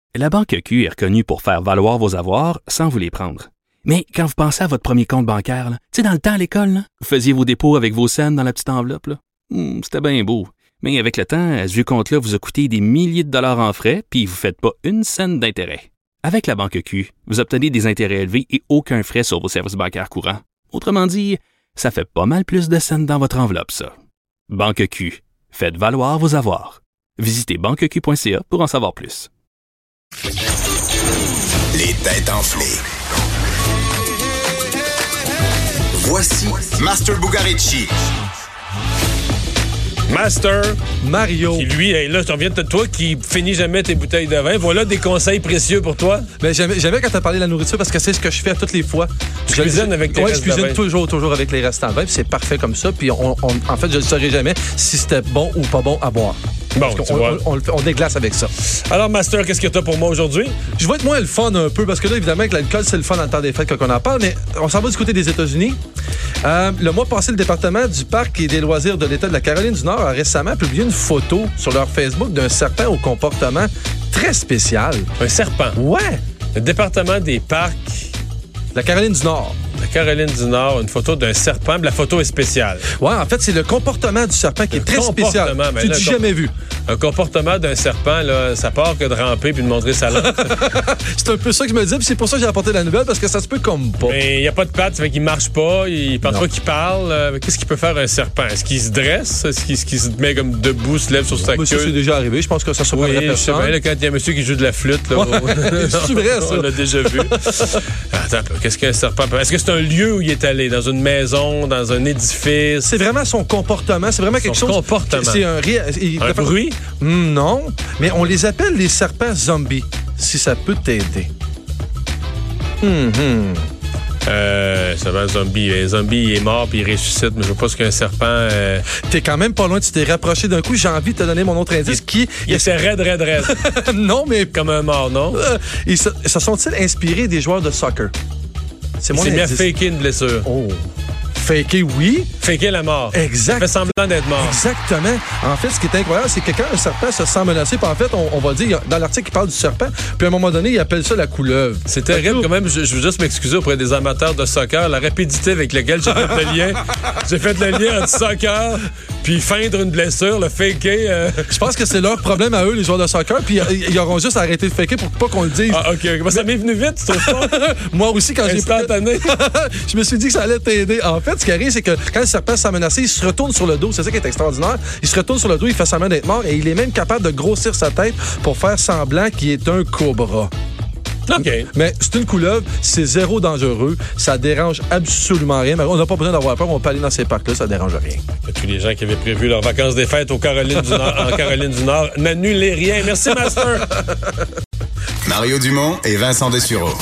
La Banque Q est reconnue pour faire valoir vos avoirs sans vous les prendre. Mais quand vous pensez à votre premier compte bancaire, tu sais, dans le temps à l'école, là, vous faisiez vos dépôts avec vos scènes dans la petite enveloppe. Là. C'était bien beau. Mais avec le temps, ce vieux compte-là vous a coûté des milliers de dollars en frais, puis vous ne faites pas une scène d'intérêt. Avec la Banque Q, vous obtenez des intérêts élevés et aucun frais sur vos services bancaires courants. Autrement dit, ça fait pas mal plus de scènes dans votre enveloppe, ça. Banque Q. Faites valoir vos avoirs. Visitez banqueq.ca pour en savoir plus. Les têtes enflées. Voici Master Bugarici. Master Mario. Qui lui, là, je reviens de toi qui finis jamais tes bouteilles de vin. Voilà des conseils précieux pour toi. Ben, j'aimais quand t'as parlé de la nourriture parce que c'est ce que je fais toutes les fois. Je cuisine avec tes restes de vin. Je cuisine toujours avec les restants de vin. Puis c'est parfait comme ça. Puis en fait, je ne saurais jamais si c'était bon ou pas bon à boire. Bon, on déglace avec ça. Alors, Master, qu'est-ce que tu as pour moi aujourd'hui? Je vais être moins le fun un peu, parce que là, évidemment, avec l'alcool, c'est le fun dans le temps des fêtes quand on en parle, mais on s'en va du côté des États-Unis. Le mois passé, le département du parc et des loisirs de l'État de la Caroline du Nord a récemment publié une photo sur leur Facebook d'un serpent au comportement très spécial. Un serpent? Ouais! Le département des parcs... La Caroline du Nord. La Caroline du Nord, une photo d'un serpent, mais la photo est spéciale. Ouais, en fait, c'est le comportement du serpent qui est très spécial. Tu n'as jamais vu. Un comportement d'un serpent, là, ça part que de ramper puis de montrer sa langue. C'est un peu ça que je me dis, puis c'est pour ça que j'ai apporté la nouvelle, parce que ça se peut comme pas. Mais il n'y a pas de pattes, ça fait qu'il marche pas, il pense pas qu'il parle. Qu'est-ce qu'il peut faire un serpent? Est-ce qu'il se dresse? Est-ce qu'il se met comme debout, se lève sur sa queue? Ça, c'est déjà arrivé. Je pense que ça se surprendrait personne. Oui, je sais bien, quand il y a un monsieur qui joue de la flûte. Là, c'est vrai, ça? On l'a déjà vu. Attends, qu'est-ce qu'un serpent peut... Est-ce que c'est un lieu où il est allé? Dans une maison, dans un édifice? C'est vraiment son comportement. C'est vraiment quelque chose... Son comportement. C'est un bruit? Non, mais on les appelle les serpents zombies, si ça peut t'aider. Ça va, un zombie. Un zombie, il est mort puis il ressuscite, mais je veux pas ce qu'un serpent... T'es quand même pas loin, tu t'es rapproché d'un coup. J'ai envie de te donner mon autre indice Il était raide. Non, mais... Comme un mort, non? Se sont-ils inspirés des joueurs de soccer? C'est mon indice. Il s'est mis à faker une blessure. Oh... Faker, oui. Faker la mort. Exact. Il fait semblant d'être mort. Exactement. En fait, ce qui est incroyable, c'est que quand un serpent se sent menacé, puis en fait, on va dire, dans l'article, il parle du serpent, puis à un moment donné, il appelle ça la couleuvre. C'est terrible quand même. Je veux juste m'excuser auprès des amateurs de soccer, la rapidité avec laquelle j'ai fait le lien. J'ai fait le lien entre soccer, puis feindre une blessure, le faker. Je pense que c'est leur problème à eux, les joueurs de soccer, puis ils auront juste arrêté de faker pour pas qu'on le dise. Ah, OK. Mais ça m'est venu vite, tu trouves pas? Moi aussi, quand j'ai... Instantané. Je me suis dit que ça allait t'aider. En fait, ce qui arrive, c'est que quand le serpent se sent menacé, il se retourne sur le dos. C'est ça qui est extraordinaire. Il se retourne sur le dos, il fait semblant d'être mort et il est même capable de grossir sa tête pour faire semblant qu'il est un cobra. OK. Mais c'est une couleuvre, c'est zéro dangereux, ça dérange absolument rien. On n'a pas besoin d'avoir peur, on peut aller dans ces parcs-là, ça dérange rien. Tous les gens qui avaient prévu leurs vacances des fêtes en Caroline du Nord, n'annulez rien. Merci, Master. Mario Dumont et Vincent Dessureau.